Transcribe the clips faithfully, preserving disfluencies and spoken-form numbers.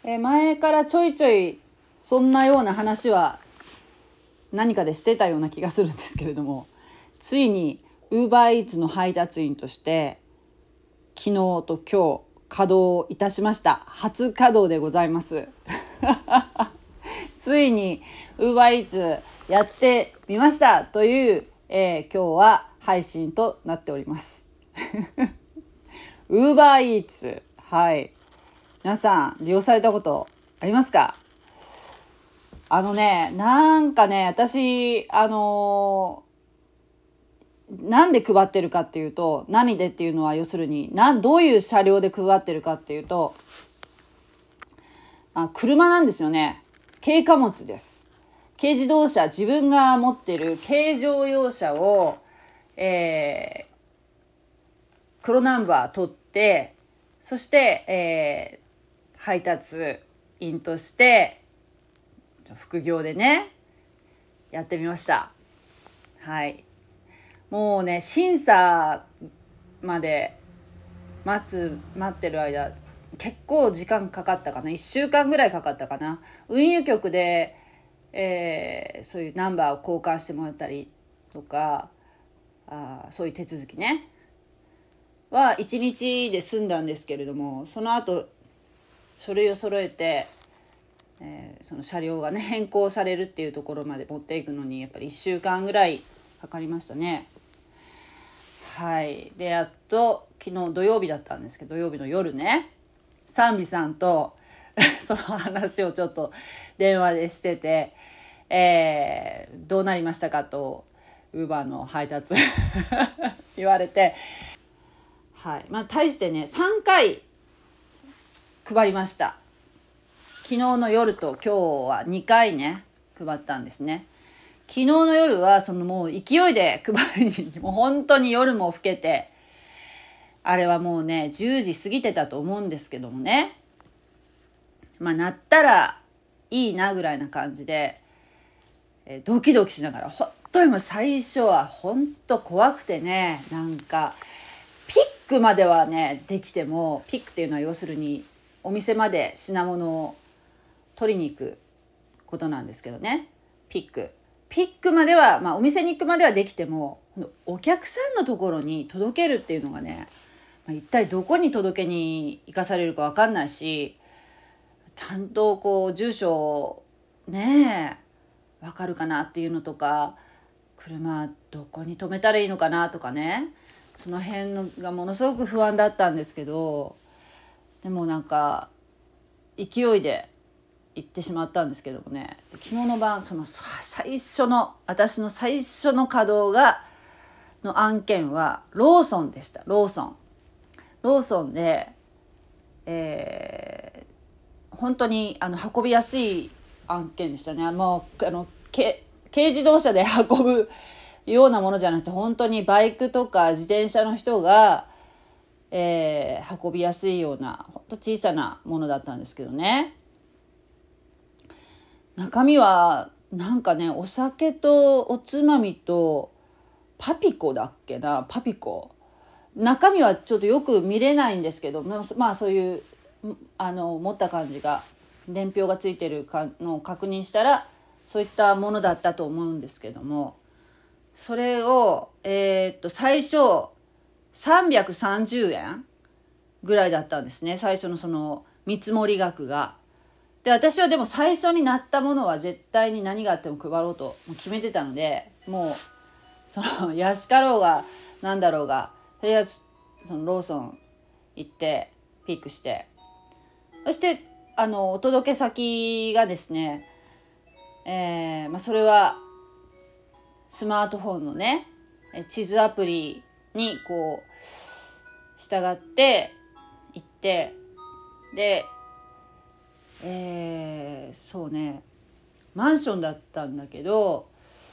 えー前からちょいちょいそんなような話は何かでしてたような気がするんですけれども、ついに UberEats の配達員として昨日と今日稼働いたしました。初稼働でございますついに UberEats やってみましたという、えー、今日は配信となっておりますUberEats、はい、皆さん利用されたことありますか？あのね、なんかね、私あのー、なんで配ってるかっていうと、何でっていうのは要するになんどういう車両で配ってるかっていうと、あ、車なんですよね。軽貨物です。軽自動車、自分が持ってる軽乗用車を、えー、黒ナンバー取って、そして、えー、配達員として副業でねやってみました。はい。もうね、審査まで待つ待ってる間結構時間かかったかな。いっしゅうかんぐらいかかったかな。運輸局で、えー、そういうナンバーを交換してもらったりとか、あそういう手続きねはいちにちで済んだんですけれども、その後書類を揃えて、えー、その車両がね変更されるっていうところまで持っていくのにやっぱりいっしゅうかんぐらいかかりましたね。はい。でやっと昨日土曜日だったんですけど、土曜日の夜ね、賛美さんとその話をちょっと電話でしてて、えー、どうなりましたかとウーバーの配達言われて、はい。まあ大してねさんかい配りました。昨日の夜と今日はにかいね配ったんですね。昨日の夜はそのもう勢いで配りに、もう本当に夜も更けて、あれはもうねじゅうじ過ぎてたと思うんですけどもね、まあ鳴ったらいいなぐらいな感じで、えー、ドキドキしながら、本当にもう最初は本当怖くてね、なんかピックまではねできても、ピックっていうのは要するにお店まで品物を取りに行くことなんですけどね。ピックピックまでは、まあ、お店に行くまではできても、お客さんのところに届けるっていうのがね、まあ、一体どこに届けに行かされるか分かんないし、ちゃんとこう住所ねえ分かるかなっていうのとか、車どこに止めたらいいのかなとかね、その辺のがものすごく不安だったんですけど、でもなんか勢いで行ってしまったんですけどもね、昨日の晩、その最初の私の最初の稼働がの案件はローソンでした。ローソンローソンで、えー、本当にあの運びやすい案件でしたね。もうあの軽自動車で運ぶようなものじゃなくて、本当にバイクとか自転車の人が、えー、運びやすいような本当小さなものだったんですけどね。中身はなんかね、お酒とおつまみとパピコだっけな、パピコ、中身はちょっとよく見れないんですけど、まあそういうあの持った感じが、伝票がついてるかのを確認したらそういったものだったと思うんですけども、それをえー、っと最初さんびゃくさんじゅうえんぐらいだったんですね、最初のその見積もり額が。で私はでも最初になったものは絶対に何があっても配ろうと決めてたので、もうその安かろうがなんだろうが、とりあえずそのローソン行ってピックして、そしてあのお届け先がですね、えーまあ、それはスマートフォンのね地図アプリにこう従って行って、でえー、そうねマンションだったんだけど、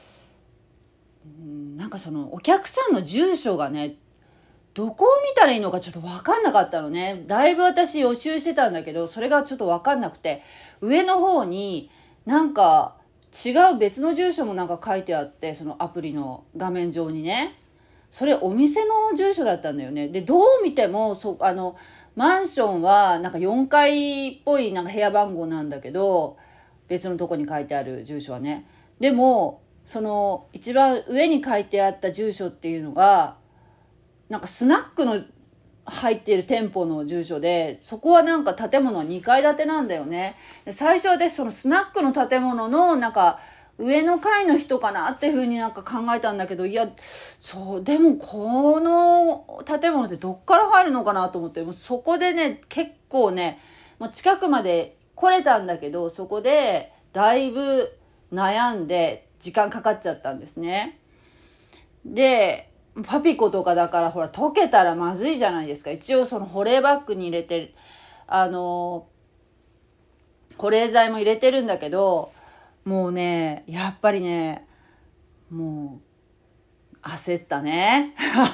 うんなんかそのお客さんの住所がねどこを見たらいいのかちょっと分かんなかったのね。だいぶ私予習してたんだけど、それがちょっと分かんなくて、上の方になんか違う別の住所もなんか書いてあって、そのアプリの画面上にね、それお店の住所だったんだよね。でどう見てもそあのマンションはなんかよんかいっぽいなんか部屋番号なんだけど、別のとこに書いてある住所はね。でもその一番上に書いてあった住所っていうのがなんかスナックの入っている店舗の住所で、そこはなんか建物はにかい建てなんだよね。で最初は私そのスナックの建物のなんか上の階の人かなっていうふうになんか考えたんだけど、いやそうでもこの建物ってどっから入るのかなと思って、もうそこでね結構ねもう近くまで来れたんだけど、そこでだいぶ悩んで時間かかっちゃったんですね。でパピコとかだからほら溶けたらまずいじゃないですか。一応その保冷バッグに入れてあの保冷剤も入れてるんだけど、もうねやっぱりねもう焦ったね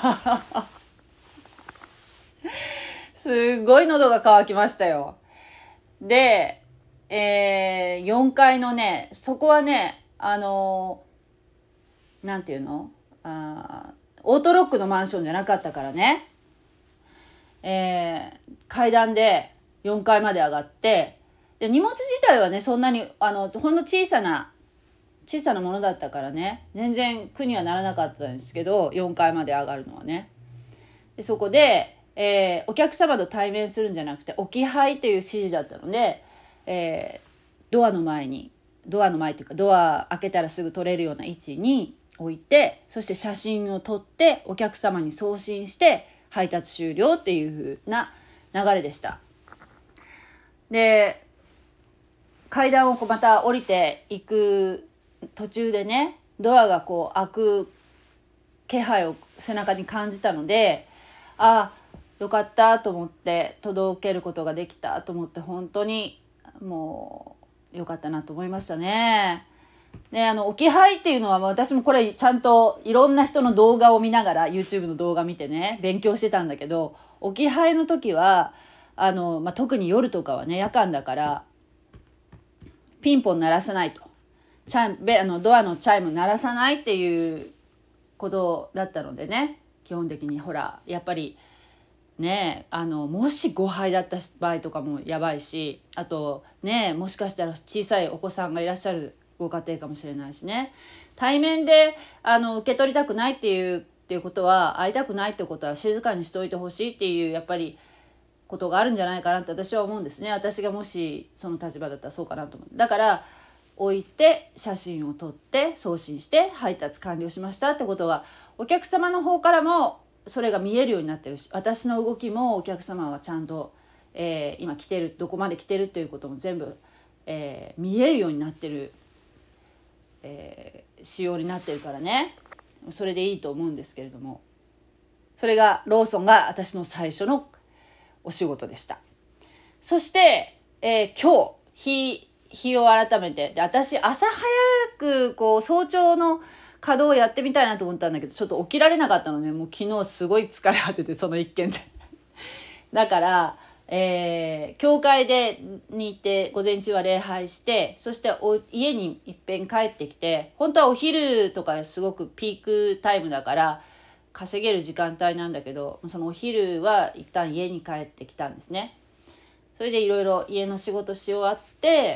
すごい喉が渇きましたよ。で、えー、よんかいのねそこはねあのなんていうのあオートロックのマンションじゃなかったからね、えー、階段でよんかいまで上がって、で荷物自体はねそんなにあのほんの小さな小さなものだったからね全然苦にはならなかったんですけど、よんかいまで上がるのはね。でそこで、えー、お客様と対面するんじゃなくて置き配っていう指示だったので、えー、ドアの前にドアの前っていうかドア開けたらすぐ撮れるような位置に置いて、そして写真を撮ってお客様に送信して配達終了っていう風な流れでした。で階段をこうまた降りていく途中でねドアがこう開く気配を背中に感じたので、ああよかったと思って届けることができたと思って、本当にもうよかったなと思いましたね。であの置き配っていうのは私もこれちゃんといろんな人の動画を見ながら YouTube の動画見てね勉強してたんだけど、置き配の時はあの、まあ、特に夜とかはね夜間だからピンポン鳴らさないと、チャイムあのドアのチャイム鳴らさないっていうことだったのでね、基本的にほらやっぱりねあのもし誤配だった場合とかもやばいし、あとねもしかしたら小さいお子さんがいらっしゃるご家庭かもしれないしね、対面であの受け取りたくないっていうっていうことは、会いたくないってことは静かにしておいてほしいっていうやっぱりことがあるんじゃないかなって私は思うんですね。私がもしその立場だったらそうかなと思う。だから置いて写真を撮って送信して配達完了しましたってことがお客様の方からもそれが見えるようになってるし、私の動きもお客様がちゃんと、えー、今来てるどこまで来てるっていうことも全部、えー、見えるようになってる、えー、仕様になってるからね、それでいいと思うんですけれども、それがローソンが私の最初のお仕事でした。そして、えー、今日日日を改めてで私朝早くこう早朝の稼働をやってみたいなと思ったんだけどちょっと起きられなかったのね。もう昨日すごい疲れ果ててその一件でだから、えー、教会でに行って午前中は礼拝して、そしてお家にいっぺん帰ってきて、本当はお昼とかすごくピークタイムだから稼げる時間帯なんだけど、そのお昼は一旦家に帰ってきたんですね。それでいろいろ家の仕事し終わって、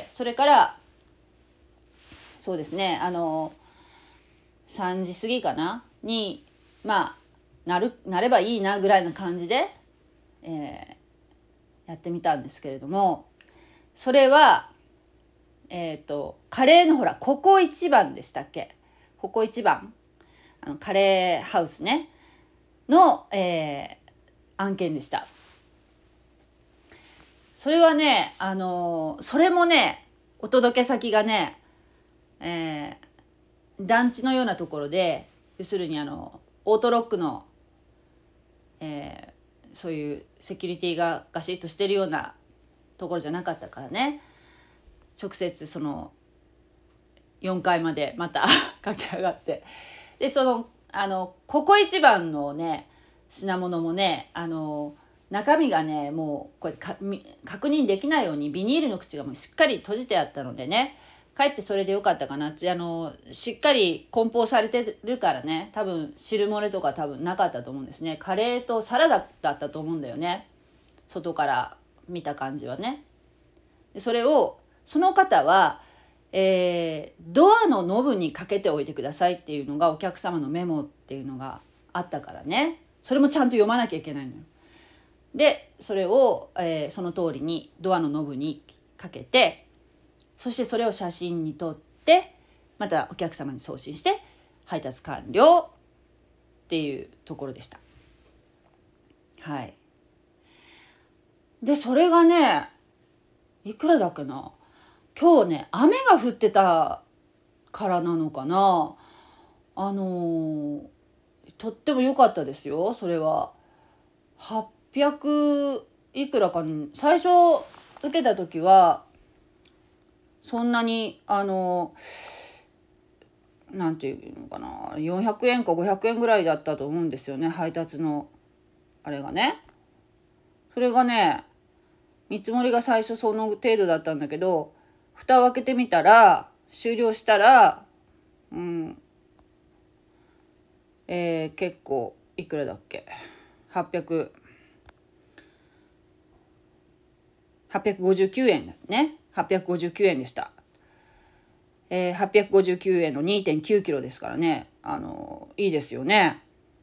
それからそうですねあのさんじ過ぎかなにまあなるなればいいなぐらいの感じで、えー、やってみたんですけれども、それはえっとカレーのほらココ一番でしたっけ、ココ一番あのカレーハウスねの、えー、案件でした。それはねあのそれもねお届け先がね、えー、団地のようなところで、要するにあのオートロックの、えー、そういうセキュリティがガシッとしてるようなところじゃなかったからね、直接そのよんかいまでまた駆け上がって、でそのあのココ一番のね品物もねあの中身がねもうこれか確認できないようにビニールの口がもうしっかり閉じてあったのでね、かえってそれでよかったかなって、あのしっかり梱包されてるからね、多分汁漏れとか多分なかったと思うんですね。カレーとサラダだったと思うんだよね。 外から見た感じはね。でそれをその方は、えー、ドアのノブにかけておいてくださいっていうのがお客様のメモっていうのがあったからね、それもちゃんと読まなきゃいけないのよ。でそれを、えー、その通りにドアのノブにかけて、そしてそれを写真に撮ってまたお客様に送信して配達完了っていうところでした。はい。でそれがね、いくらだっけな、今日ね雨が降ってたからなのかな、あのー、とっても良かったですよ。それははっぴゃくいくらかに、最初受けた時はそんなにあのなんていうのかな、よんひゃくえんかごひゃくえんぐらいだったと思うんですよね、配達のあれがね。それがね、見積もりが最初その程度だったんだけど、蓋を開けてみたら、終了したら、うん、えー、結構いくらだっけ、はっぴゃく、はっぴゃくごじゅうきゅうえんだね。はっぴゃくごじゅうきゅうえんでした。えー、はっぴゃくごじゅうきゅうえんの にてんきゅうキロですからね、あのいいですよね。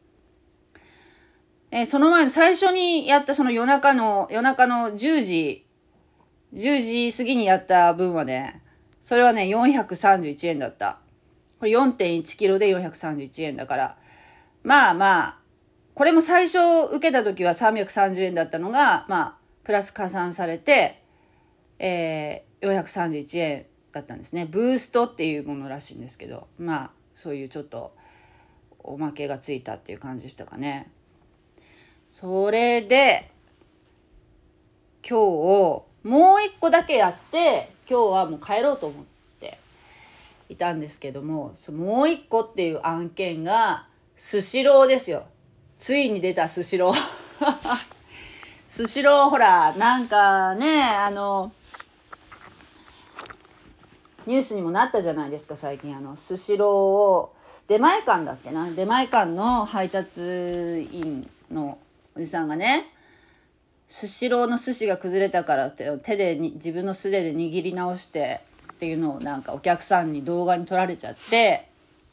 えー、その前の最初にやったその夜中の夜中のじゅうじじゅうじ過ぎにやった分はね、それはねよんひゃくさんじゅういちえんだった。これ よんてんいちキロでよんひゃくさんじゅういちえんだから、まあまあこれも最初受けた時はさんびゃくさんじゅうえんだったのが、まあプラス加算されて、えー、よんひゃくさんじゅういちえんだったんですね。ブーストっていうものらしいんですけど、まあそういうちょっとおまけがついたっていう感じでしたかね。それで今日もう一個だけやって、今日はもう帰ろうと思っていたんですけども、もう一個っていう案件がスシローですよ。ついに出たスシロースシロー、ほらなんかね、あのニュースにもなったじゃないですか、最近。あのスシローを出前館だっけな、出前館の配達員のおじさんがね、スシローの寿司が崩れたからって手でに自分の素手で握り直してっていうのをなんかお客さんに動画に撮られちゃって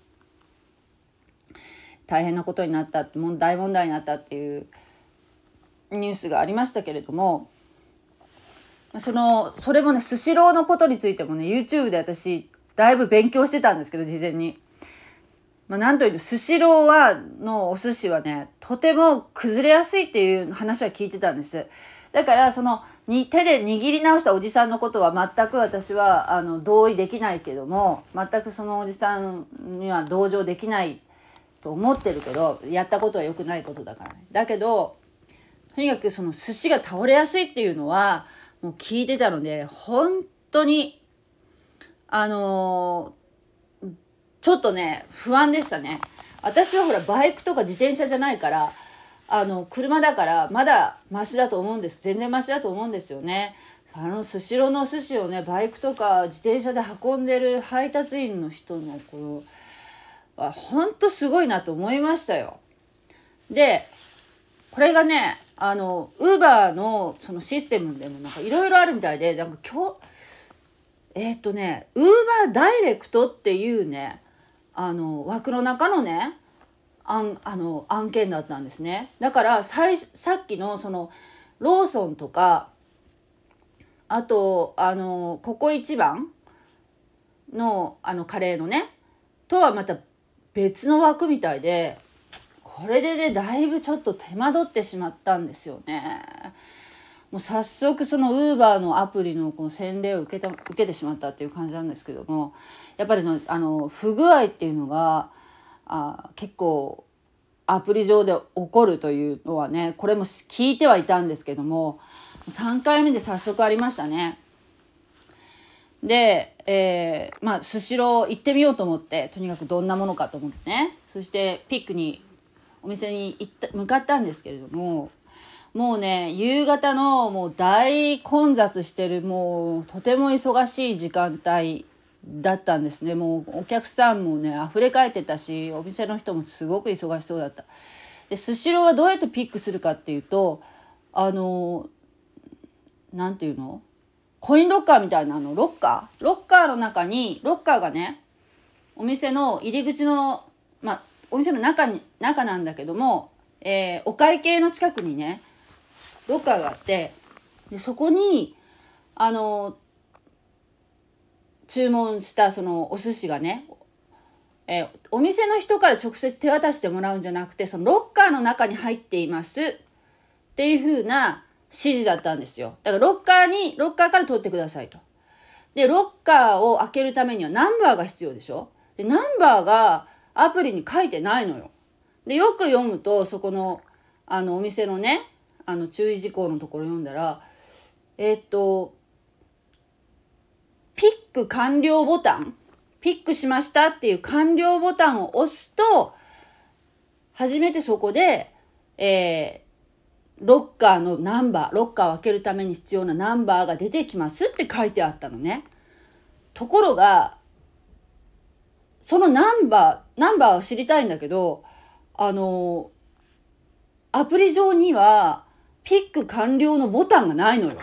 大変なことになったって、大問題になったっていうニュースがありましたけれども、そのそれもね、スシローのことについてもね YouTube で私だいぶ勉強してたんですけど、事前に、まあ、なんというスシローはのお寿司はねとても崩れやすいっていう話は聞いてたんです。だからそのに手で握り直したおじさんのことは全く私はあの同意できないけども、全くそのおじさんには同情できないと思ってるけど、やったことは良くないことだからね。だけどとにかくその寿司が倒れやすいっていうのはもう聞いてたので、本当にあのー、ちょっとね不安でしたね。私はほらバイクとか自転車じゃないから、あの車だからまだマシだと思うんです。全然マシだと思うんですよね。あのスシローの寿司をねバイクとか自転車で運んでる配達員の人のこの本当すごいなと思いましたよ。でこれがね、あのウーバーのそのシステムでもなんかいろいろあるみたいで、なんか今日えーっとねウーバーダイレクトっていうね、あの枠の中のね案あの案件だったんですね。だからさいさっきのそのローソンとか、あとあのココイチ番のあのカレーのねとはまた別の枠みたいで、これでねだいぶちょっと手間取ってしまったんですよね。もう早速そのウーバーのアプリのこの洗礼を受けた受けてしまったっていう感じなんですけども、やっぱりのあの不具合っていうのがあ結構アプリ上で起こるというのはね、これも聞いてはいたんですけども、さんかいめで早速ありましたね。で、えー、まあスシロー行ってみようと思って、とにかくどんなものかと思ってね、そしてピックにお店に行った向かったんですけれども、もうね夕方のもう大混雑してる、もうとても忙しい時間帯だったんですね。もうお客さんもね溢れ返ってたし、お店の人もすごく忙しそうだった。でスシローはどうやってピックするかっていうと、あのなんていうのコインロッカーみたいなあのロッカーロッカーの中にロッカーがねお店の入り口のまあお店の中に中なんだけども、えー、お会計の近くにねロッカーがあって、でそこにあの注文したそのお寿司がね、えー、お店の人から直接手渡してもらうんじゃなくて、そのロッカーの中に入っていますっていう風な指示だったんですよ。だからロッカーにロッカーから取ってくださいと。でロッカーを開けるためにはナンバーが必要でしょ。でナンバーがアプリに書いてないのよ。でよく読むとそこのあのお店のねあの注意事項のところ読んだら、えー、っとピック完了ボタン、ピックしましたっていう完了ボタンを押すと初めてそこで、えー、ロッカーのナンバーロッカーを開けるために必要なナンバーが出てきますって書いてあったのね。ところがそのナンバーナンバーを知りたいんだけど、あのアプリ上にはピック完了のボタンがないのよ。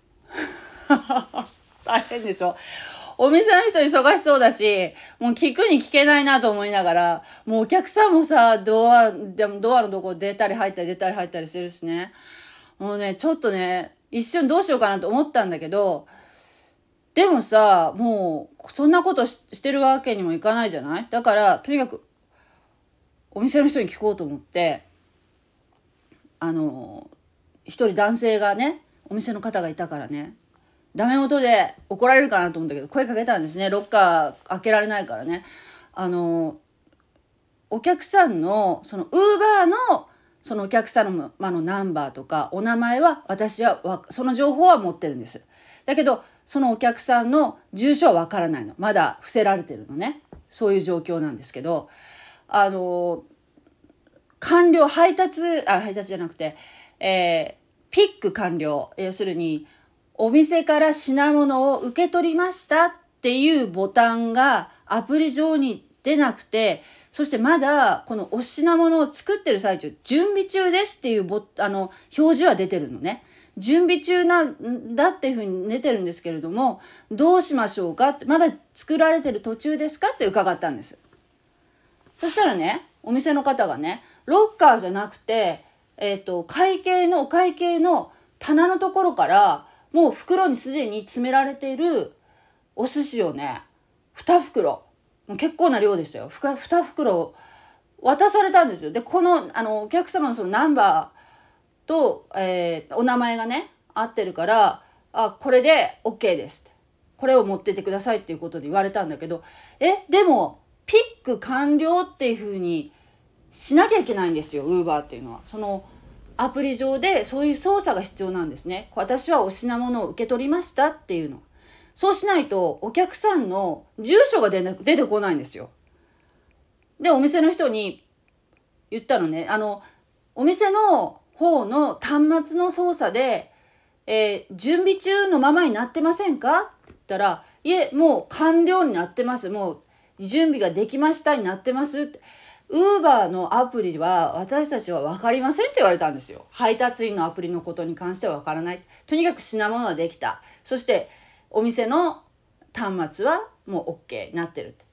大変でしょ。お店の人忙しそうだし、もう聞くに聞けないなと思いながら、もうお客さんもさ、ドア、でもドアのとこ出たり入ったり出たり入ったりしてるしね。もうね、ちょっとね、一瞬どうしようかなと思ったんだけど、でもさ、もうそんなこと し, してるわけにもいかないじゃない。だから、とにかくお店の人に聞こうと思って、あの、一人男性がね、お店の方がいたからね、ダメ元で怒られるかなと思ったけど声かけたんですね。ロッカー開けられないからね。あのお客さんのそのウーバーのそのお客様のナンバーとかお名前は私はその情報は持ってるんです。だけどそのお客さんの住所はわからないの。まだ伏せられてるのね。そういう状況なんですけど、あの完了配達あ配達じゃなくて、えー、ピック完了、要するにお店から品物を受け取りましたっていうボタンがアプリ上に出なくて、そしてまだこのお品物を作ってる最中、準備中ですっていうボあの表示は出てるのね。準備中なんだっていうふうに出てるんですけれども、どうしましょうかって、まだ作られてる途中ですかって伺ったんです。そしたらね、お店の方がね、ロッカーじゃなくて、えっと、会計のお会計の棚のところからもう袋にすでに詰められているお寿司をね、に袋、もう結構な量でしたよ。に袋渡されたんですよ。で、この、あの、お客様のそのナンバーと、えー、お名前がね、合ってるから、あ、これで OK ですって。これを持ってってくださいっていうことで言われたんだけど、え、でも、ピック完了っていう風にしなきゃいけないんですよ、ウーバーっていうのは。その、アプリ上でそういう操作が必要なんですね。私はお品物を受け取りましたっていうの。そうしないとお客さんの住所が出な出てこないんですよ。で、お店の人に言ったのね。あの、お店の方の端末の操作で、えー、準備中のままになってませんかって言ったら、いえ、もう完了になってます。もう準備ができましたになってますって。ウーバーのアプリは私たちは分かりませんって言われたんですよ。配達員のアプリのことに関しては分からない。とにかく品物はできた。そしてお店の端末はもう OK になってるって。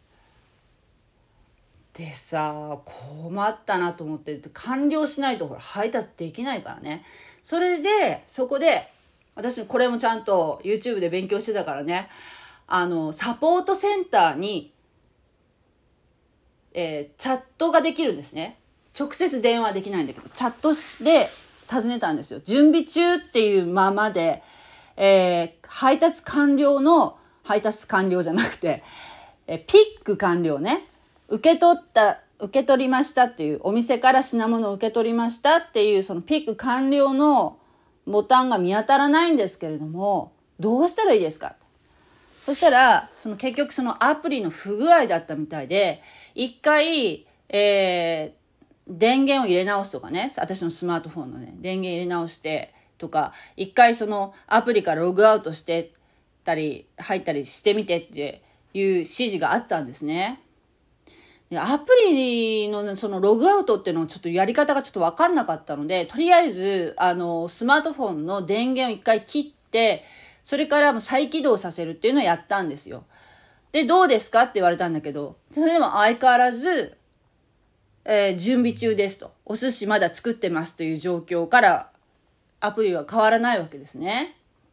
でさ、困ったなと思って、完了しないとほら配達できないからね。それでそこで私これもちゃんと YouTube で勉強してたからね、あのサポートセンターにえー、チャットができるんですね。直接電話できないんだけど、チャットで尋ねたんですよ。準備中っていうままで、えー、配達完了の配達完了じゃなくて、えー、ピック完了ね。受け取った、受け取りましたっていう、お店から品物を受け取りましたっていうそのピック完了のボタンが見当たらないんですけれども、どうしたらいいですか？そしたら、その結局そのアプリの不具合だったみたいで、一回、えー、電源を入れ直すとかね、私のスマートフォンのね、電源入れ直してとか、一回そのアプリからログアウトしてたり、入ったりしてみてっていう指示があったんですね。で、アプリのそのログアウトっていうのをちょっとやり方がちょっとわかんなかったので、とりあえず、あの、スマートフォンの電源を一回切っ 、それからもう再起動させるっていうのをやったんですよ。で、どうですかって言われたんだけど、それでも相変わらず、えー、準備中ですと。お寿司まだ作ってますという状況からアプリは変わらないわけですね。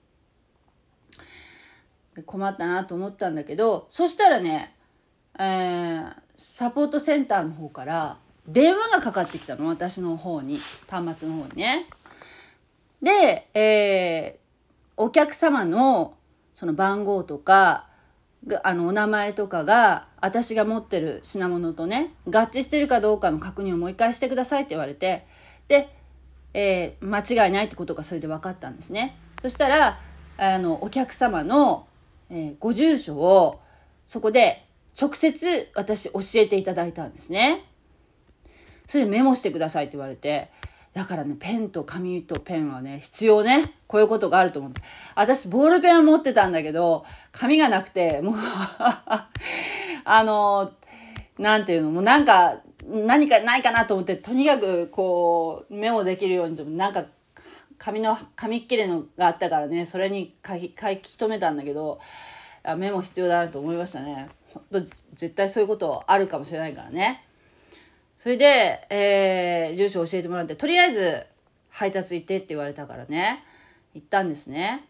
困ったなと思ったんだけど、そしたらね、えー、サポートセンターの方から電話がかかってきたの、私の方に、端末の方にね。で、えー、お客様のその番号とか、あのお名前とかが私が持ってる品物とね合致してるかどうかの確認をもう一回してくださいって言われて、で、えー、間違いないってことがそれで分かったんですね。そしたらあのお客様の、えー、ご住所をそこで直接私教えていただいたんですね。それでメモしてくださいって言われて、だからね、ペンと紙とペンはね、必要ね。こういうことがあると思って。私、ボールペンを持ってたんだけど、紙がなくて、もうあの、なんていうの、もうなんか、何かないかなと思って、とにかく、こう、メモできるように、なんか、紙の、紙っきれのがあったからね、それに書き、書き留めたんだけど、メモ必要だなと思いましたね。ほんと、絶対そういうことあるかもしれないからね。それで、えー、住所を教えてもらって、とりあえず配達行ってって言われたからね、行ったんですね。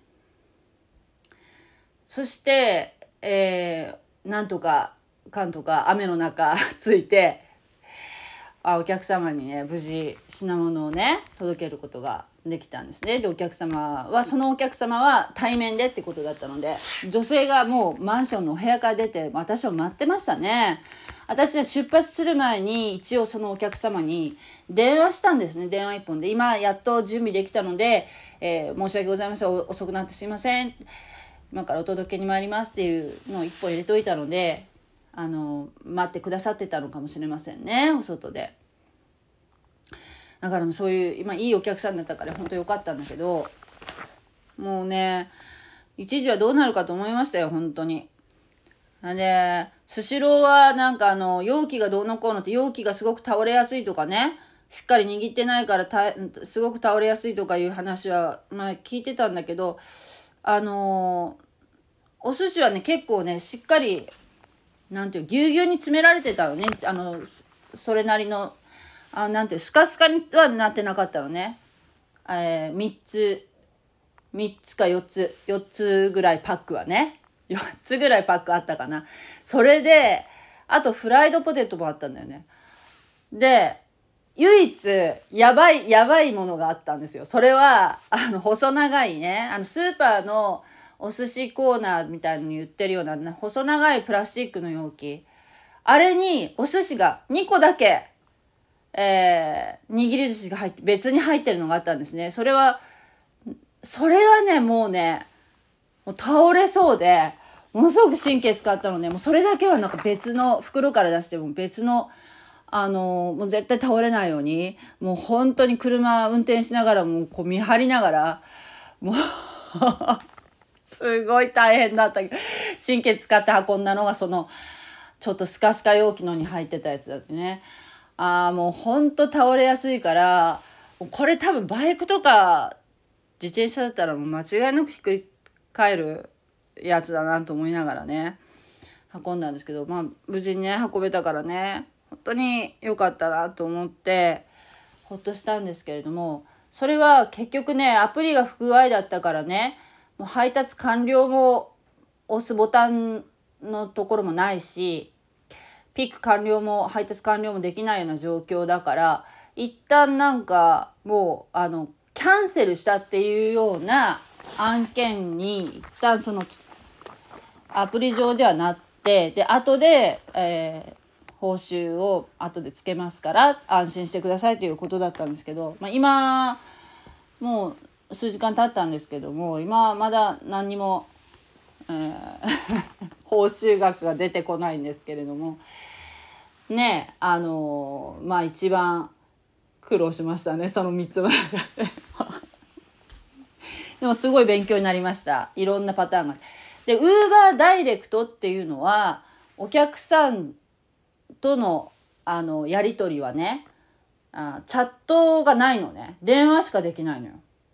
そして、えー、なんとかかんとか雨の中着いて、あ、お客様にね、無事品物をね、届けることができたんですね。で、お客様は、そのお客様は対面でってことだったので、女性がもうマンションのお部屋から出て、私を待ってましたね。私は出発する前に一応そのお客様に電話したんですね。電話一本で、今やっと準備できたので、えー、申し訳ございません、遅くなってすいません、今からお届けに参りますっていうのを一本入れといたので、あの待ってくださってたのかもしれませんね、お外で。だからそういう今いいお客さんだったから本当良かったんだけど、もうね、一時はどうなるかと思いましたよ、本当に。で、スシローはなんかあの容器がどうのこうのって、容器がすごく倒れやすいとかね、しっかり握ってないからたすごく倒れやすいとかいう話は、まあ、聞いてたんだけど、あのお寿司はね結構ねしっかりなんていうぎゅうぎゅうに詰められてたのね。あのそれなりのあなんていうスカスカにはなってなかったのね。えー、みっつみっつかよっつよっつぐらいパックはね、よっつぐらいパックあったかな。それであとフライドポテトもあったんだよね。で唯一やばいやばいものがあったんですよ。それはあの細長いね、あのスーパーのお寿司コーナーみたいに売ってるような細長いプラスチックの容器、あれにお寿司がにこだけ、えー、握り寿司が入って別に入ってるのがあったんですね。それはそれはねもうねもう倒れそうで、ものすごく神経使ったのね。もうそれだけはなんか別の袋から出しても別のあのもう絶対倒れないように、もう本当に車運転しながらもうこう見張りながら、もうすごい大変だった。神経使って運んだのがそのちょっとスカスカ容器のに入ってたやつだってね。ああもう本当倒れやすいから、これ多分バイクとか自転車だったらもう間違いなくひっくり返るやつだなと思いながらね運んだんですけど、まあ無事にね運べたからね本当に良かったなと思ってほっとしたんですけれども、それは結局ねアプリが不具合だったからね、もう配達完了も押すボタンのところもないし、ピック完了も配達完了もできないような状況だから、一旦なんかもうあのキャンセルしたっていうような案件に一旦そのアプリ上ではなって、で後で、えー、報酬を後でつけますから安心してくださいということだったんですけど、まあ、今もう数時間経ったんですけども、今まだ何にも、えー、報酬額が出てこないんですけれどもね、あのー、まあ一番苦労しましたね、そのみっつの中ででもすごい勉強になりました。いろんなパターンが。で、ウーバーダイレクトっていうのはお客さんとのあのやり取りはね、あチャットがないのね。電話しかできないのよ。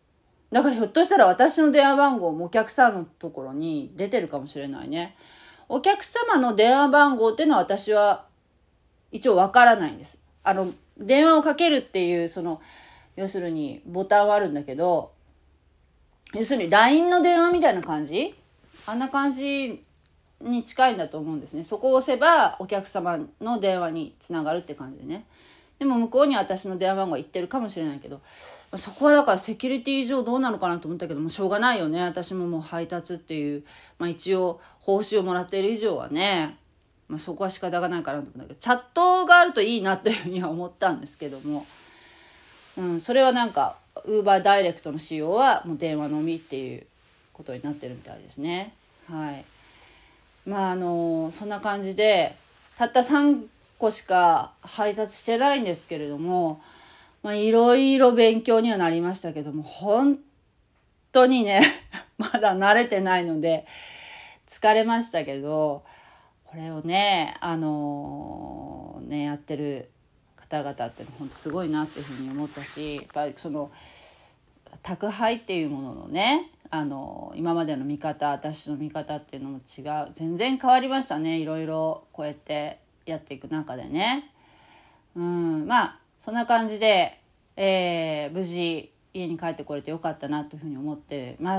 だからひょっとしたら私の電話番号もお客さんのところに出てるかもしれないね。お客様の電話番号っていうのは私は一応わからないんです。あの電話をかけるっていうその要するにボタンはあるんだけど、要するに ライン の電話みたいな感じ、あんな感じに近いんだと思うんですね。そこを押せばお客様の電話につながるって感じでね。でも向こうに私の電話番号は言ってるかもしれないけど、そこはだからセキュリティ上どうなのかなと思ったけども、しょうがないよね。私ももう配達っていう、まあ、一応報酬をもらっている以上はね、まあ、そこは仕方がないかなと思うんだけど、チャットがあるといいなというふうには思ったんですけども、うん、それはなんかウーバーダイレクトの仕様はもう電話のみっていうことになってるみたいですね。はい。まああのそんな感じでたったさんこしか配達してないんですけれども、まあいろいろ勉強にはなりましたけども、本当にねまだ慣れてないので疲れましたけど、これをねあのねやってる方々って本当すごいなっていうふうに思ったし、やっぱりその宅配っていうもののね、あの今までの見方、私の見方っていうのも違う、全然変わりましたね。いろいろこうやってやっていく中でね、うん、まあそんな感じで、えー、無事家に帰ってこれてよかったなというふうに思ってます。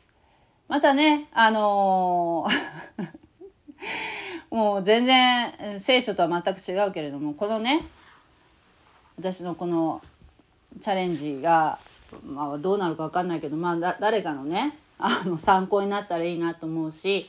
またねあのーもう全然聖書とは全く違うけれども、このね私のこのチャレンジが、まあ、どうなるか分かんないけど、まあ、だ誰かのねあの参考になったらいいなと思うし、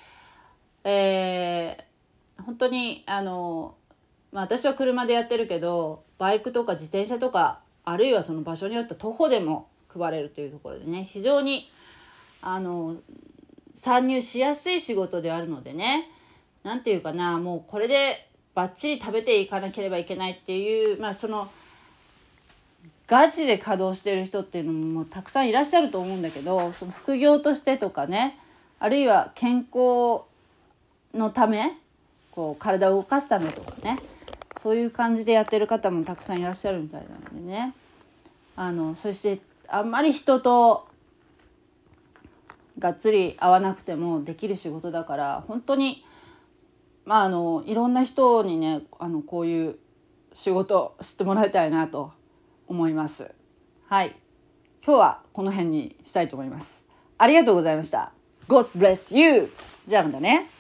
えー、本当にあの、まあ、私は車でやってるけどバイクとか自転車とかあるいはその場所によって徒歩でも配れるというところでね、非常にあの参入しやすい仕事であるのでね、なんていうかな、もうこれでバッチリ食べていかなければいけないっていう、まあそのガチで稼働している人っていうのもたくさんいらっしゃると思うんだけど、その副業としてとかね、あるいは健康のため、こう体を動かすためとかね、そういう感じでやってる方もたくさんいらっしゃるみたいなのでね、あのそしてあんまり人とがっつり会わなくてもできる仕事だから、本当にまああのいろんな人にねあのこういう仕事を知ってもらいたいなと思います。はい、今日はこの辺にしたいと思います。ありがとうございました。God bless you。じゃあまたね。